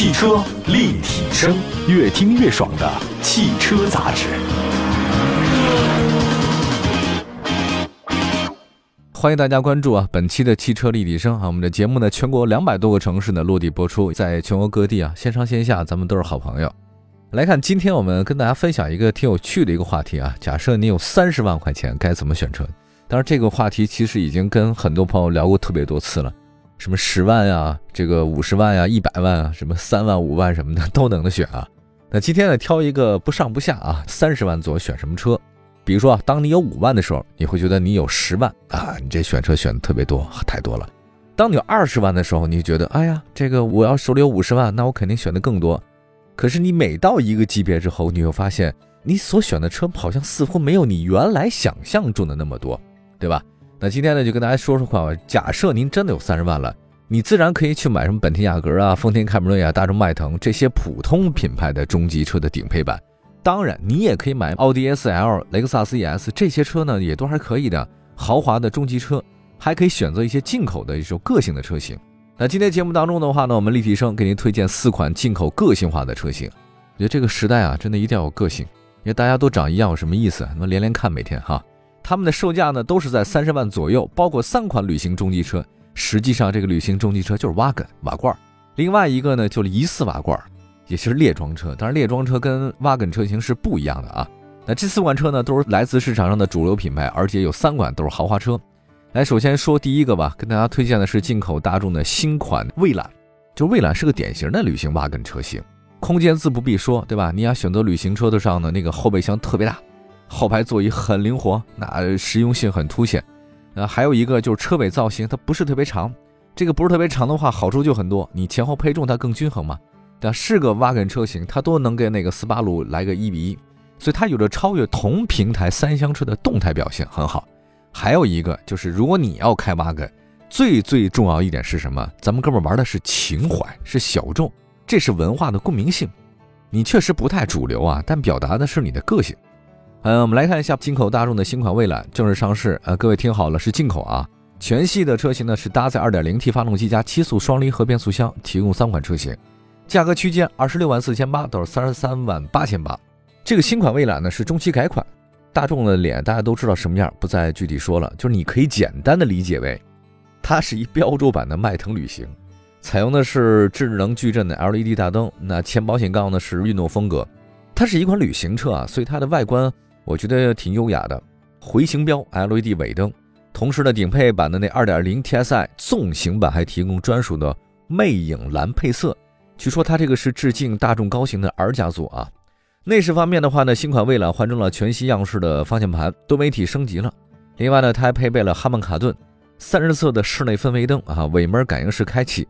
汽车立体声，越听越爽的汽车杂志。 欢迎大家关注本期的汽车立体声我们的节目呢，全国200多个城市呢落地播出，在全国各地线上线下咱们都是好朋友。来看今天我们跟大家分享一个挺有趣的一个话题假设你有30万块钱该怎么选车。当然这个话题其实已经跟很多朋友聊过特别多次了，什么10万这个50万100万什么3万5万什么的都能选那今天呢挑一个不上不下30万左右选什么车。比如说当你有5万的时候，你会觉得你有10万你这选车选的特别多，太多了。当你有20万的时候，你觉得这个我要手里有50万，那我肯定选的更多。可是你每到一个级别之后，你会发现你所选的车好像似乎没有你原来想象中的那么多，对吧？那今天呢就跟大家说话，假设您真的有30万了，你自然可以去买什么本田雅阁丰田凯美瑞大众迈腾这些普通品牌的中级车的顶配版。当然你也可以买奥迪 SL、 雷克萨斯 ES 这些车呢，也都还可以的豪华的中级车，还可以选择一些进口的一种个性的车型。那今天节目当中的话呢，我们立体声给您推荐4款进口个性化的车型。我觉得这个时代真的一定要有个性，因为大家都长一样有什么意思？那连连看每天他们的售价呢都是在30万左右，包括3款旅行中级车。实际上这个旅行中级车就是瓦罐，另外一个呢就是疑似瓦罐，也就是列装车。当然列装车跟瓦罐车型是不一样的那这4款车呢都是来自市场上的主流品牌，而且有3款都是豪华车。来首先说第一个吧，跟大家推荐的是进口大众的新款蔚揽。就蔚揽是个典型的旅行瓦罐车型，空间自不必说，对吧？你要选择旅行车的上的那个后备箱特别大，后排座椅很灵活，那实用性很凸显。还有一个就是车尾造型它不是特别长，这个不是特别长的话好处就很多，你前后配重它更均衡嘛。但是个瓦罐车型它都能给那个斯巴鲁来个1:1，所以它有着超越同平台3厢车的动态表现，很好。还有一个就是如果你要开瓦罐，最重要一点是什么？咱们哥们玩的是情怀，是小众，这是文化的共鸣性。你确实不太主流但表达的是你的个性。我们来看一下进口大众的新款蔚揽正式上市各位听好了，是进口全系的车型呢是搭载 2.0T 发动机加7速双离合变速箱，提供3款车型，价格区间26.48万到33.88万。这个新款蔚揽呢是中期改款，大众的脸大家都知道什么样，不再具体说了，就是你可以简单的理解为它是一标准版的迈腾旅行，采用的是智能矩阵的 LED 大灯，那前保险杠呢是运动风格。它是一款旅行车所以它的外观我觉得挺优雅的，回形标 LED 尾灯，同时呢顶配版的那 2.0 TSI 纵行版还提供专属的魅影蓝配色，据说它这个是致敬大众高型的 R 家族内饰方面的话呢，新款蔚揽换成了全息样式的方向盘，多媒体升级了。另外呢它还配备了哈曼卡顿30色的室内氛围灯尾门感应式开启，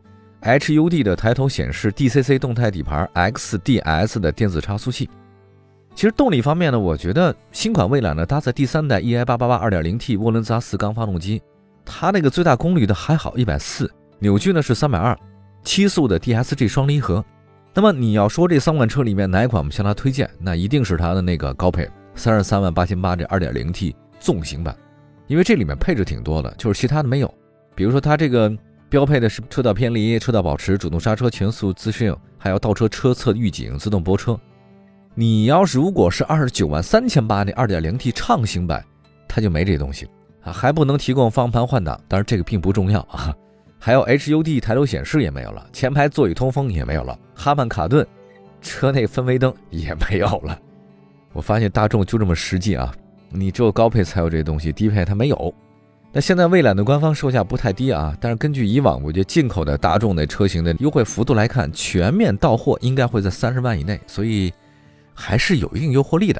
HUD 的抬头显示， DCC 动态底盘， XDS 的电子差速器。其实动力方面呢，我觉得新款蔚揽呢搭载第3代 EI888 2.0T 涡轮增压4缸发动机，它那个最大功率的还好140，扭矩呢是320， 7速的 DSG 双离合。那么你要说这3款车里面哪一款我们向它推荐，那一定是它的那个高配33.88万这 2.0T 纵行版，因为这里面配置挺多的，就是其他的没有。比如说它这个标配的是车道偏离、车道保持、主动刹车、全速自适应，还有倒车车侧预警、自动泊车。你要是如果是29.38万那 2.0T 畅行版，它就没这东西还不能提供方向盘换挡，当然这个并不重要还有 HUD 抬头显示也没有了，前排座椅通风也没有了，哈曼卡顿车内氛围灯也没有了。我发现大众就这么实际你只有高配才有这些东西，低配它没有。那现在蔚揽的官方售价不太低但是根据以往我觉得进口的大众的车型的优惠幅度来看，全面到货应该会在30万以内，所以还是有一定诱惑力的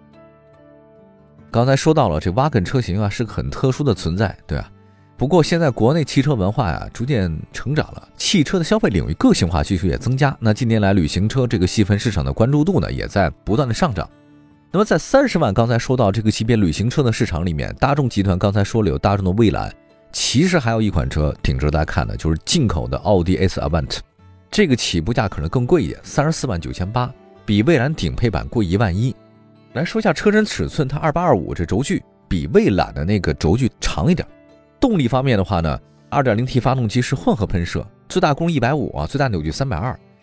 刚才说到了这瓦罐车型是个很特殊的存在，对不过现在国内汽车文化逐渐成长了，汽车的消费领域个性化需求也增加，那近年来旅行车这个细分市场的关注度呢也在不断的上涨。那么在30万刚才说到这个级别旅行车的市场里面，大众集团刚才说了有大众的蔚揽，其实还有一款车挺值得大家看的，就是进口的奥迪 S Avant， 这个起步价可能更贵一点，34.98万，比蔚揽顶配版贵11000。来说一下车身尺寸，它2825这轴距比蔚揽的那个轴距长一点。动力方面的话呢， 2.0T 发动机是混合喷射，最大功率150最大扭矩320，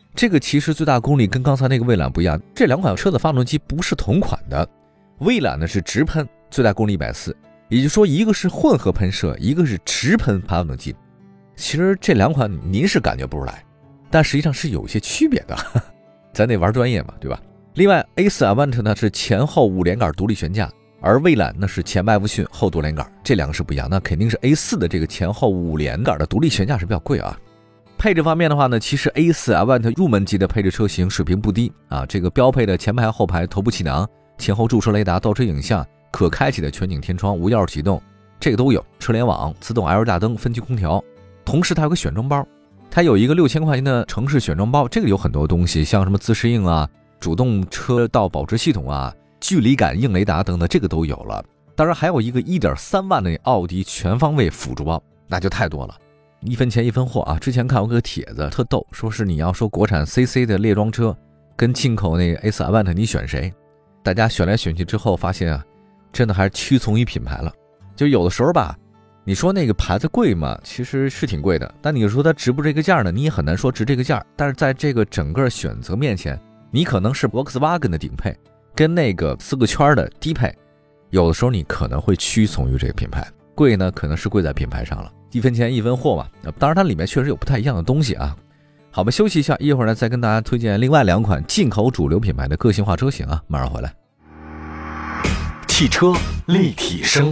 这个其实最大功率跟刚才那个蔚揽不一样，这两款车的发动机不是同款的。蔚揽呢是直喷，最大功率140，也就是说一个是混合喷射，一个是直喷发动机。其实这两款您是感觉不出来，但实际上是有些区别的，咱得玩专业嘛，对吧？另外 A4 Avant 呢是前后5连杆独立悬架，而蔚揽呢是前麦弗逊后多连杆，这两个是不一样。那肯定是 A4 的这个前后5连杆的独立悬架是比较贵啊。配置方面的话呢，其实 A4 Avant 入门级的配置车型水平不低啊，这个标配的前排后排头部气囊、前后驻车雷达、倒车影像、可开启的全景天窗、无钥匙启动，这个都有，车联网、自动 L 大灯、分区空调。同时它有个选装包，它有一个6000块钱的城市选装包，这个有很多东西，像什么自适应啊、主动车道保持系统啊、距离感应雷达等等，这个都有了。当然还有一个 1.3万的奥迪全方位辅助包，那就太多了。一分钱一分货啊！之前看过个帖子特逗，说是你要说国产 CC 的列装车跟进口那个 A4 Avant 你选谁？大家选来选去之后发现啊，真的还是屈从于品牌了。就有的时候吧，你说那个牌子贵嘛，其实是挺贵的，但你说它值不这个价呢，你也很难说值这个价。但是在这个整个选择面前，你可能是 Volkswagen 的顶配跟那个4个圈的低配，有的时候你可能会屈从于这个品牌，贵呢可能是贵在品牌上了。一分钱一分货嘛，当然它里面确实有不太一样的东西啊。好吧，休息一下，一会儿呢再跟大家推荐另外2款进口主流品牌的个性化车型啊，马上回来。 汽车立体声，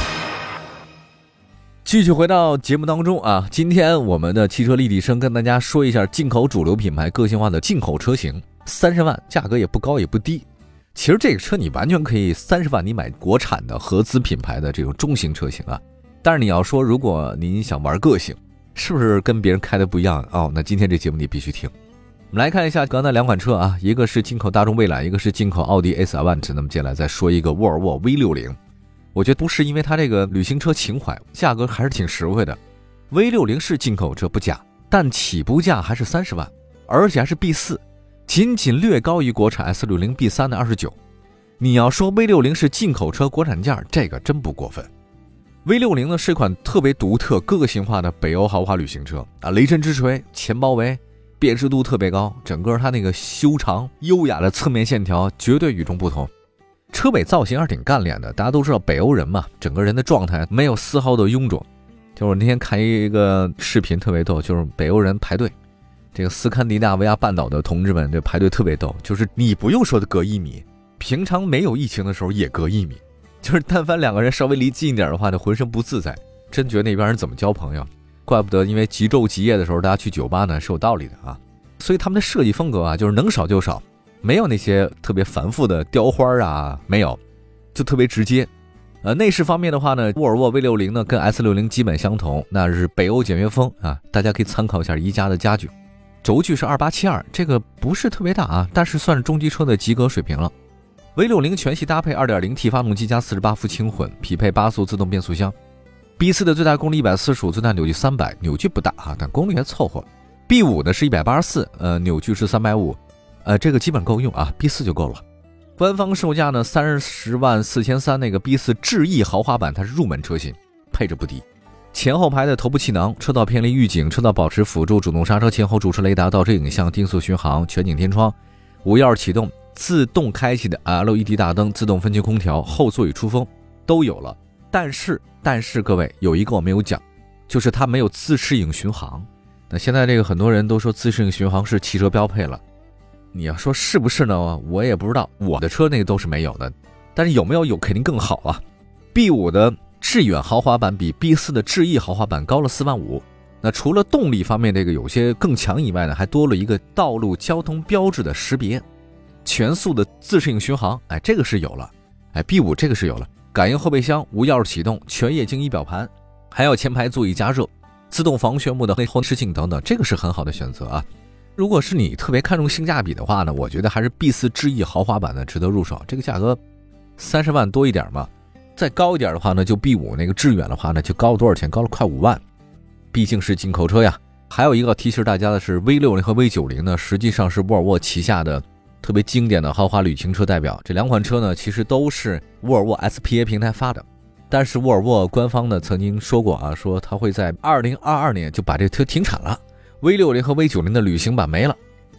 继续回到节目当中啊，今天我们的汽车立体声跟大家说一下进口主流品牌个性化的进口车型，30万，价格也不高也不低。其实这个车你完全可以30万你买国产的合资品牌的这种中型车型啊。但是你要说如果您想玩个性，是不是跟别人开的不一样哦？那今天这节目你必须听。我们来看一下刚才2款车啊，一个是进口大众蔚揽，一个是进口奥迪 A4 Avant。那么接下来再说一个沃尔沃 V60， 我觉得不是因为它这个旅行车情怀，价格还是挺实惠的。V60 是进口车不假，但起步价还是30万，而且还是 B4， 仅仅略高于国产 S60 B3 的29。你要说 V60 是进口车国产价，这个真不过分。V60 呢是一款特别独特个性化的北欧豪华旅行车啊，雷神之锤，前包围，辨识度特别高，整个它那个修长优雅的侧面线条绝对与众不同。车尾造型还是挺干练的，大家都知道北欧人嘛，整个人的状态没有丝毫的臃肿。就是我那天看一个视频特别逗，就是北欧人排队，这个斯堪的纳维亚半岛的同志们这排队特别逗，就是你不用说的隔1米，平常没有疫情的时候也隔1米。就是但凡2个人稍微离近一点的话，就浑身不自在，真觉得那边人怎么交朋友，怪不得因为极昼极夜的时候大家去酒吧呢是有道理的啊。所以他们的设计风格啊，就是能少就少，没有那些特别繁复的雕花啊，没有，就特别直接。内饰方面的话呢，沃尔沃 V60 呢跟 S60 基本相同，那是北欧简约风啊，大家可以参考一下宜家的家具。轴距是2872，这个不是特别大啊，但是算是中级车的及格水平了。V60 全系搭配 2.0T 发动机加48伏轻混，匹配8速自动变速箱。B4 的最大功率145，最大扭矩300，扭矩不大啊，但功率还凑合。B5 呢是184，扭矩是350，这个基本够用啊 ，B4 就够了。官方售价呢30万4300，那个 B4 智逸豪华版它是入门车型，配置不低。前后排的头部气囊、车道偏离预警、车道保持辅助、主动刹车、前后驻车雷达、倒车影像、定速巡航、全景天窗、无钥匙启动、自动开启的 LED 大灯、自动分区空调、后座椅出风都有了。但是各位有一个我没有讲，就是它没有自适应巡航。那现在这个很多人都说自适应巡航是汽车标配了，你要说是不是呢？我也不知道，我的车那个都是没有的，但是有没有肯定更好啊。B5 的致远豪华版比 B4 的智逸豪华版高了4万5。那除了动力方面这个有些更强以外呢，还多了一个道路交通标志的识别，全速的自适应巡航，这个是有了。B5 这个是有了，感应后备箱、无钥匙启动、全液晶仪表盘，还有前排座椅加热、自动防眩目的内后视镜等等，这个是很好的选择啊。如果是你特别看重性价比的话呢，我觉得还是 B4 智逸豪华版的值得入手，这个价格30万多一点嘛。再高一点的话呢，就 B5 那个致远的话呢，就高了多少钱？高了快5万，毕竟是进口车呀。还有一个提示大家的是 V60 和 V90 呢，实际上是沃尔沃旗下的特别经典的豪华旅行车代表。这2款车呢，其实都是沃尔沃 SPA 平台发的，但是沃尔沃官方呢曾经说过啊，说它会在2022年就把这车停产了。V60 和 V90 的旅行版没了，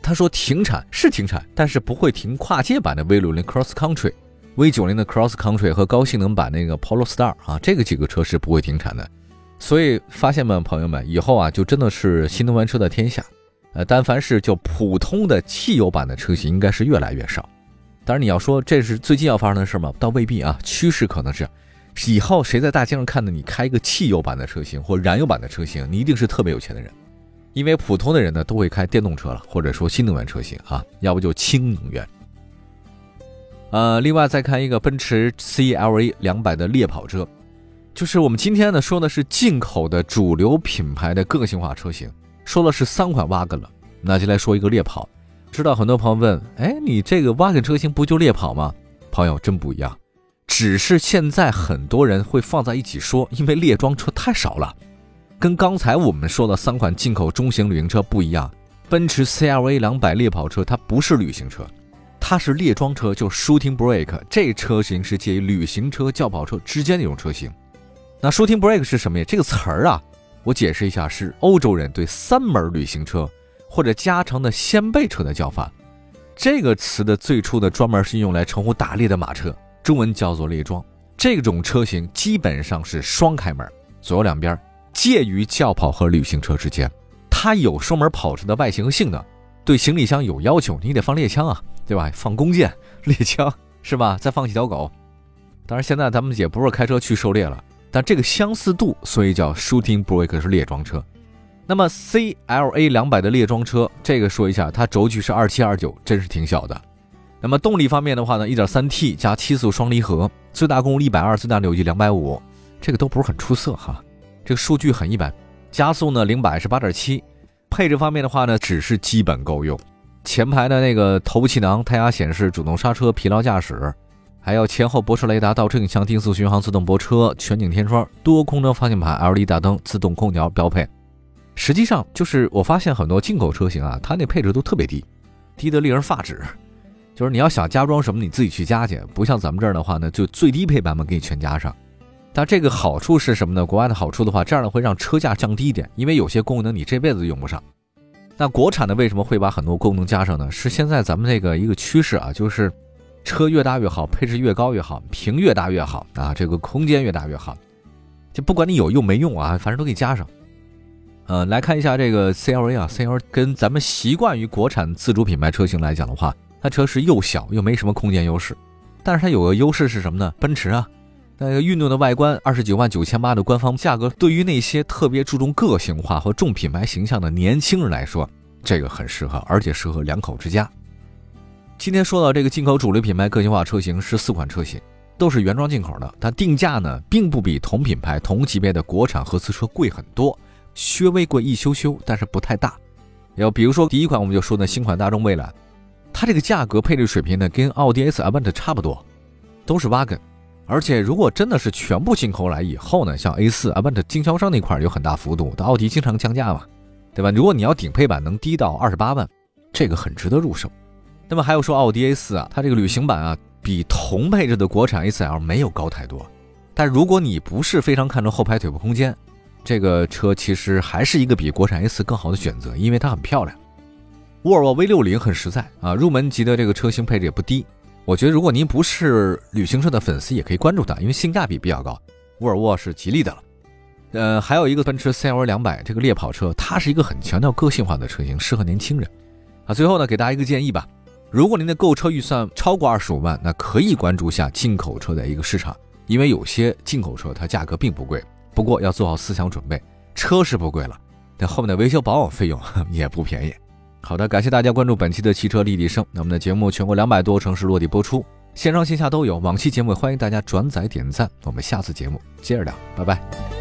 他说停产是停产，但是不会停跨界版的 V60 Cross Country、V90 的 Cross Country 和高性能版那个 Polo Star 啊，这个几个车是不会停产的。所以发现们朋友们，以后啊就真的是新能源车的天下。但凡是就普通的汽油版的车型应该是越来越少。当然你要说这是最近要发生的事吗？倒未必啊，趋势可能是以后谁在大街上看到你开一个汽油版的车型或燃油版的车型，你一定是特别有钱的人。因为普通的人呢都会开电动车了，或者说新能源车型啊，要不就氢能源。另外再看一个奔驰 CLA 200的猎跑车，就是我们今天呢说的是进口的主流品牌的个性化车型，说的是3款 Wagon 了，那就来说一个猎跑。知道很多朋友问，你这个 Wagon 车型不就猎跑吗？朋友真不一样，只是现在很多人会放在一起说，因为猎装车太少了。跟刚才我们说的3款进口中型旅行车不一样，奔驰 CLA 200猎跑车它不是旅行车，它是猎装车，就是 Shooting Brake， 这车型是介于旅行车、轿跑车之间的一种车型。那 Shooting Brake 是什么呀？这个词儿啊，我解释一下，是欧洲人对3门旅行车或者加长的掀背车的叫法。这个词的最初的专门是用来称呼打猎的马车，中文叫做猎装。这种车型基本上是双开门，左右两边介于轿跑和旅行车之间，它有双门跑车的外形和性能，对行李箱有要求，你得放猎枪啊，对吧？放弓箭、猎枪是吧？再放几条狗。当然现在咱们也不是开车去狩猎了，但这个相似度，所以叫 Shooting Brake 是猎装车。那么 CLA 200的猎装车，这个说一下，它轴距是2729，真是挺小的。那么动力方面的话呢 1.3T 加7速双离合，最大功率120，最大扭矩250，这个都不是很出色哈。这个数据很一般，加速呢0-100是 8.7， 配置方面的话呢只是基本够用。前排的那个头部气囊、胎压显示、主动刹车、疲劳驾驶，还有前后泊车雷达、倒车影像、定速巡航、自动泊车、全景天窗、多空中方向盘、LED 大灯、自动空调标配。实际上就是我发现很多进口车型啊，它那配置都特别低，低得令人发指。就是你要想加装什么你自己去加去，不像咱们这儿的话呢，就最低配版本给你全加上。但这个好处是什么呢？国外的好处的话，这样呢会让车价降低一点，因为有些功能你这辈子都用不上。那国产的为什么会把很多功能加上呢？是现在咱们这个一个趋势啊，就是车越大越好，配置越高越好，屏越大越好啊，这个空间越大越好，就不管你有用没用啊，反正都给你加上。来看一下这个 CLA 啊 ，CLA 跟咱们习惯于国产自主品牌车型来讲的话，它车是又小又没什么空间优势，但是它有个优势是什么呢？奔驰啊，那个运动的外观，299800的官方价格，对于那些特别注重个性化和重品牌形象的年轻人来说，这个很适合，而且适合两口之家。今天说到这个进口主流品牌个性化车型14款车型，都是原装进口的，它定价呢并不比同品牌同级别的国产合资车贵很多，稍微贵一修修，但是不太大。比如说第一款我们就说的新款大众蔚蓝，它这个价格配置水平呢跟奥迪 S Avant 差不多，都是 Wagon。而且如果真的是全部进口来以后呢，像 A4 Avant 经销商那块有很大幅度，但奥迪经常降价嘛，对吧？如果你要顶配版能低到28万，这个很值得入手。那么还有说奥迪 A4 啊，它这个旅行版啊比同配置的国产 A4L 没有高太多，但如果你不是非常看重后排腿部空间，这个车其实还是一个比国产 A4 更好的选择，因为它很漂亮。沃尔沃 V60 很实在啊，入门级的这个车型配置也不低。我觉得如果您不是旅行车的粉丝也可以关注它，因为性价比比较高，沃尔沃是吉利的了。还有一个奔驰 CLA 200这个猎跑车，它是一个很强调个性化的车型，适合年轻人啊。最后呢，给大家一个建议吧，如果您的购车预算超过25万，那可以关注一下进口车的一个市场，因为有些进口车它价格并不贵，不过要做好思想准备，车是不贵了，但后面的维修保养费用也不便宜。好的，感谢大家关注本期的汽车立体声。那我们的节目全国200多个城市落地播出，线上线下都有。往期节目欢迎大家转载点赞，我们下次节目接着聊，拜拜。